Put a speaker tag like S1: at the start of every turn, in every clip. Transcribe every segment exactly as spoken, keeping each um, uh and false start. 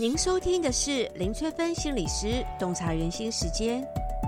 S1: 您收听的是林翠芬心理师洞察人心时间，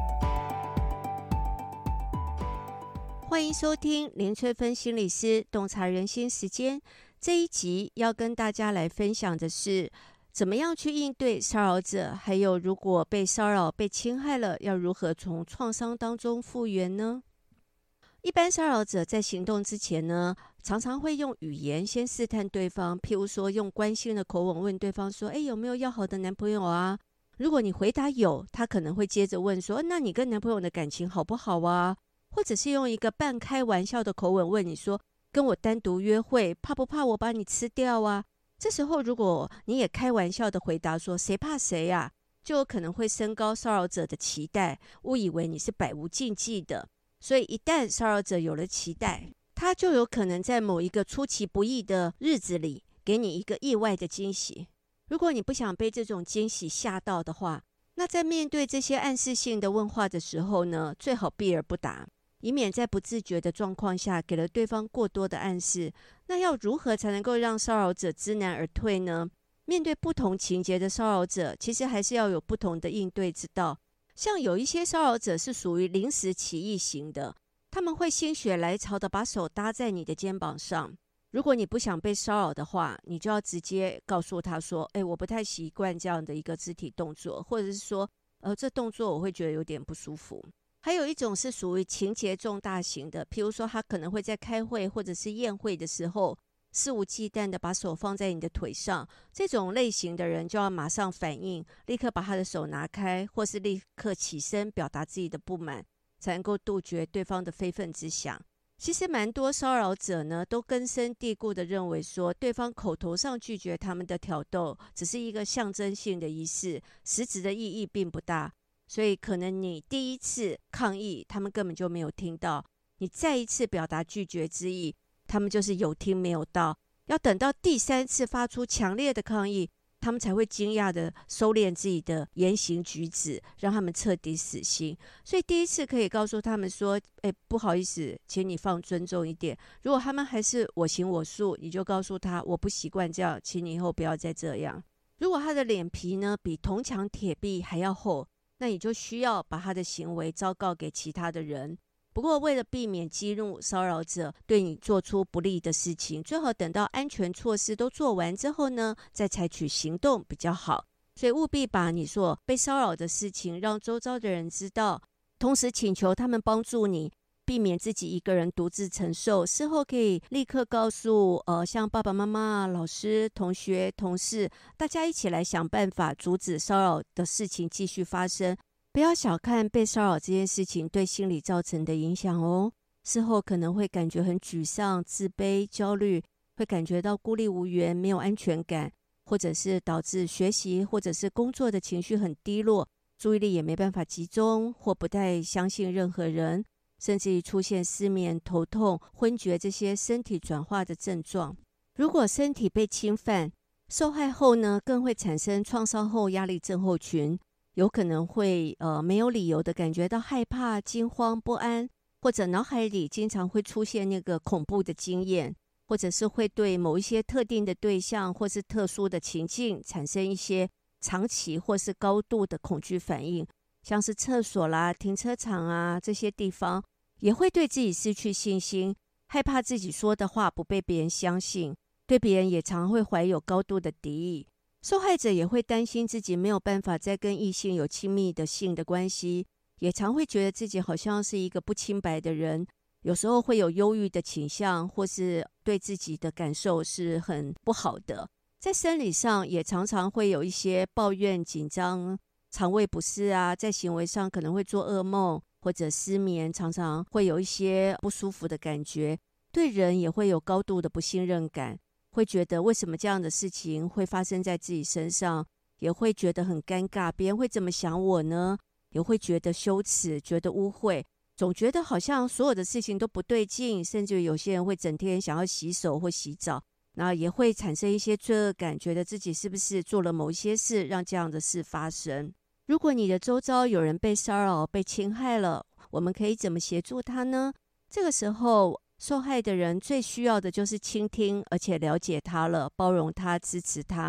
S1: 欢迎收听林翠芬心理师洞察人心时间。这一集要跟大家来分享的是，怎么样去应对骚扰者，还有如果被骚扰、被侵害了，要如何从创伤当中复原呢？一般骚扰者在行动之前呢，常常会用语言先试探对方，譬如说用关心的口吻问对方说，诶，有没有要好的男朋友啊？如果你回答有，他可能会接着问说，那你跟男朋友的感情好不好啊？或者是用一个半开玩笑的口吻问你说，跟我单独约会，怕不怕我把你吃掉啊？这时候如果你也开玩笑的回答说，谁怕谁啊？就有可能会升高骚扰者的期待，误以为你是百无禁忌的。所以一旦骚扰者有了期待，他就有可能在某一个出其不意的日子里给你一个意外的惊喜。如果你不想被这种惊喜吓到的话，那在面对这些暗示性的问话的时候呢，最好避而不答，以免在不自觉的状况下给了对方过多的暗示。那要如何才能够让骚扰者知难而退呢？面对不同情节的骚扰者，其实还是要有不同的应对之道。像有一些骚扰者是属于临时起意型的，他们会心血来潮的把手搭在你的肩膀上。如果你不想被骚扰的话，你就要直接告诉他说，诶，我不太习惯这样的一个肢体动作，或者是说，呃，这动作我会觉得有点不舒服。还有一种是属于情节重大型的，譬如说他可能会在开会或者是宴会的时候，肆无忌惮的把手放在你的腿上，这种类型的人就要马上反应，立刻把他的手拿开，或是立刻起身表达自己的不满，才能够杜绝对方的非分之想。其实蛮多骚扰者呢，都根深蒂固的认为说，对方口头上拒绝他们的挑逗，只是一个象征性的仪式，实质的意义并不大。所以可能你第一次抗议，他们根本就没有听到；你再一次表达拒绝之意，他们就是有听没有到，要等到第三次发出强烈的抗议，他们才会惊讶的收敛自己的言行举止，让他们彻底死心。所以第一次可以告诉他们说，诶，不好意思，请你放尊重一点。如果他们还是我行我素，你就告诉他，我不习惯这样，请你以后不要再这样。如果他的脸皮呢比铜墙铁壁还要厚，那你就需要把他的行为昭告给其他的人。不过为了避免激怒骚扰者对你做出不利的事情，最好等到安全措施都做完之后呢，再采取行动比较好。所以务必把你所被骚扰的事情让周遭的人知道，同时请求他们帮助你，避免自己一个人独自承受。事后可以立刻告诉呃，像爸爸妈妈、老师、同学、同事，大家一起来想办法阻止骚扰的事情继续发生。不要小看被骚扰这件事情对心理造成的影响哦。事后可能会感觉很沮丧、自卑、焦虑，会感觉到孤立无援、没有安全感，或者是导致学习或者是工作的情绪很低落，注意力也没办法集中，或不太相信任何人，甚至于出现失眠、头痛、昏厥这些身体转化的症状。如果身体被侵犯，受害后呢，更会产生创伤后压力症候群，有可能会呃没有理由的感觉到害怕、惊慌、不安，或者脑海里经常会出现那个恐怖的经验，或者是会对某一些特定的对象或是特殊的情境产生一些长期或是高度的恐惧反应，像是厕所啦、停车场啊这些地方，也会对自己失去信心，害怕自己说的话不被别人相信，对别人也常会怀有高度的敌意。受害者也会担心自己没有办法再跟异性有亲密的性的关系，也常会觉得自己好像是一个不清白的人，有时候会有忧郁的倾向，或是对自己的感受是很不好的。在生理上也常常会有一些抱怨、紧张、肠胃不适啊，在行为上可能会做噩梦或者失眠，常常会有一些不舒服的感觉，对人也会有高度的不信任感，会觉得为什么这样的事情会发生在自己身上，也会觉得很尴尬，别人会怎么想我呢？也会觉得羞耻，觉得污秽，总觉得好像所有的事情都不对劲，甚至有些人会整天想要洗手或洗澡，那也会产生一些罪恶感，觉得自己是不是做了某一些事让这样的事发生。如果你的周遭有人被骚扰、被侵害了，我们可以怎么协助他呢？这个时候受害的人最需要的就是倾听，而且了解他了，包容他，支持他。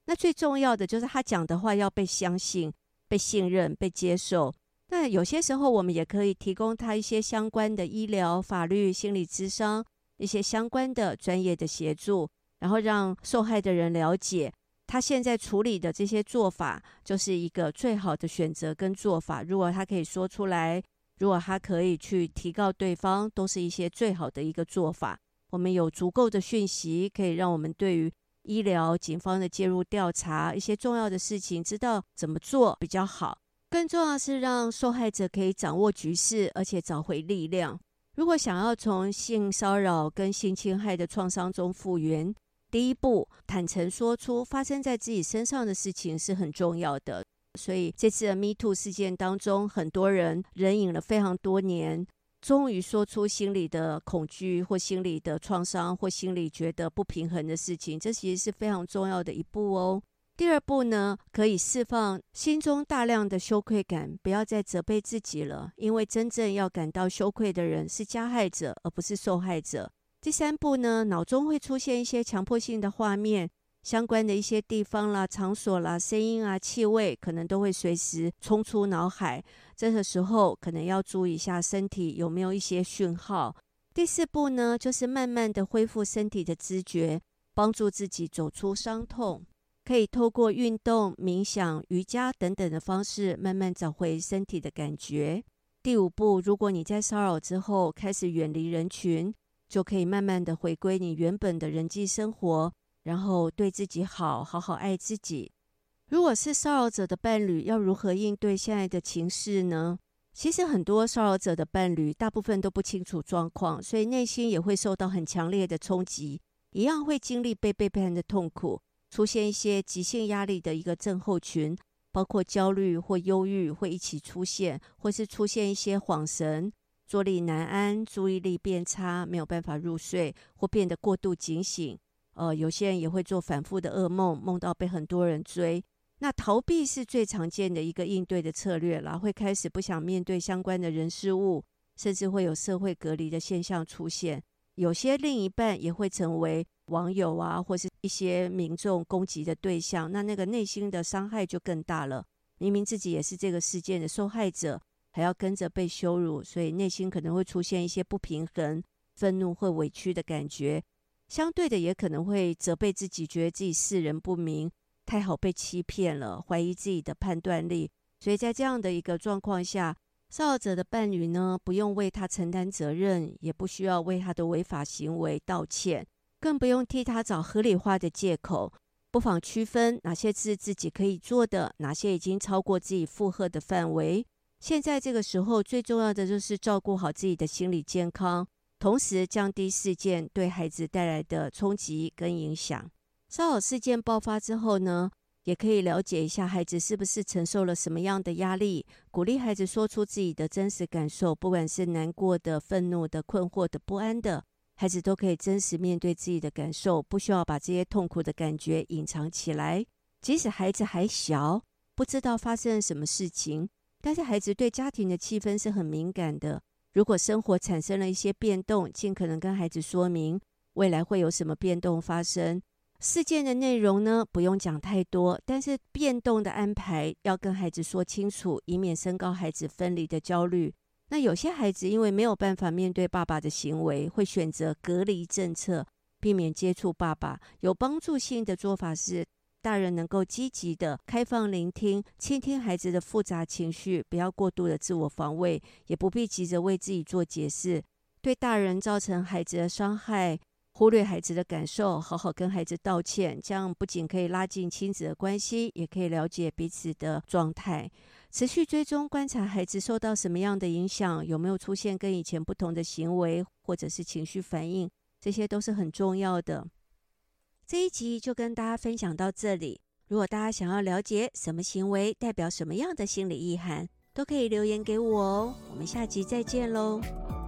S1: 那最重要的就是他讲的话要被相信、被信任、被接受。那有些时候我们也可以提供他一些相关的医疗、法律、心理咨商一些相关的专业的协助，然后让受害的人了解他现在处理的这些做法就是一个最好的选择跟做法。如果他可以说出来，如果他可以去提告对方，都是一些最好的一个做法。我们有足够的讯息，可以让我们对于医疗、警方的介入调查一些重要的事情知道怎么做比较好。更重要的是让受害者可以掌握局势，而且找回力量。如果想要从性骚扰跟性侵害的创伤中复原，第一步，坦诚说出发生在自己身上的事情是很重要的。所以这次的 Me Too 事件当中，很多人忍忍了非常多年，终于说出心里的恐惧或心里的创伤或心里觉得不平衡的事情，这其实是非常重要的一步哦。第二步呢，可以释放心中大量的羞愧感，不要再责备自己了，因为真正要感到羞愧的人是加害者，而不是受害者。第三步呢，脑中会出现一些强迫性的画面，相关的一些地方啦、场所啦、声音啊、气味，可能都会随时冲出脑海。这个时候可能要注意一下身体有没有一些讯号。第四步呢，就是慢慢的恢复身体的知觉，帮助自己走出伤痛。可以透过运动、冥想、瑜伽等等的方式，慢慢找回身体的感觉。第五步，如果你在骚扰之后开始远离人群，就可以慢慢的回归你原本的人际生活，然后对自己好，好好爱自己。如果是骚扰者的伴侣，要如何应对现在的情势呢？其实很多骚扰者的伴侣大部分都不清楚状况，所以内心也会受到很强烈的冲击，一样会经历被背叛的痛苦，出现一些急性压力的一个症候群，包括焦虑或忧郁会一起出现，或是出现一些恍神、坐立难安、注意力变差，没有办法入睡，或变得过度警醒。呃，有些人也会做反复的噩梦，梦到被很多人追。那逃避是最常见的一个应对的策略啦，会开始不想面对相关的人事物，甚至会有社会隔离的现象出现。有些另一半也会成为网友啊，或是一些民众攻击的对象，那那个内心的伤害就更大了。明明自己也是这个事件的受害者，还要跟着被羞辱，所以内心可能会出现一些不平衡、愤怒或委屈的感觉。相对的，也可能会责备自己，觉得自己识人不明，太好被欺骗了，怀疑自己的判断力。所以在这样的一个状况下，骚扰者的伴侣呢，不用为他承担责任，也不需要为他的违法行为道歉，更不用替他找合理化的借口。不妨区分哪些是自己可以做的，哪些已经超过自己负荷的范围。现在这个时候最重要的就是照顾好自己的心理健康，同时降低事件对孩子带来的冲击跟影响。骚扰事件爆发之后呢，也可以了解一下孩子是不是承受了什么样的压力，鼓励孩子说出自己的真实感受，不管是难过的、愤怒的、困惑的、不安的，孩子都可以真实面对自己的感受，不需要把这些痛苦的感觉隐藏起来。即使孩子还小，不知道发生了什么事情，但是孩子对家庭的气氛是很敏感的。如果生活产生了一些变动，尽可能跟孩子说明未来会有什么变动发生。事件的内容呢，不用讲太多，但是变动的安排要跟孩子说清楚，以免升高孩子分离的焦虑。那有些孩子因为没有办法面对爸爸的行为，会选择隔离政策，避免接触爸爸。有帮助性的做法是，大人能够积极的开放聆听，倾听孩子的复杂情绪，不要过度的自我防卫，也不必急着为自己做解释。对大人造成孩子的伤害，忽略孩子的感受，好好跟孩子道歉，这样不仅可以拉近亲子的关系，也可以了解彼此的状态。持续追踪观察孩子受到什么样的影响，有没有出现跟以前不同的行为或者是情绪反应，这些都是很重要的。这一集就跟大家分享到这里，如果大家想要了解什么行为代表什么样的心理意涵，都可以留言给我哦。我们下集再见喽。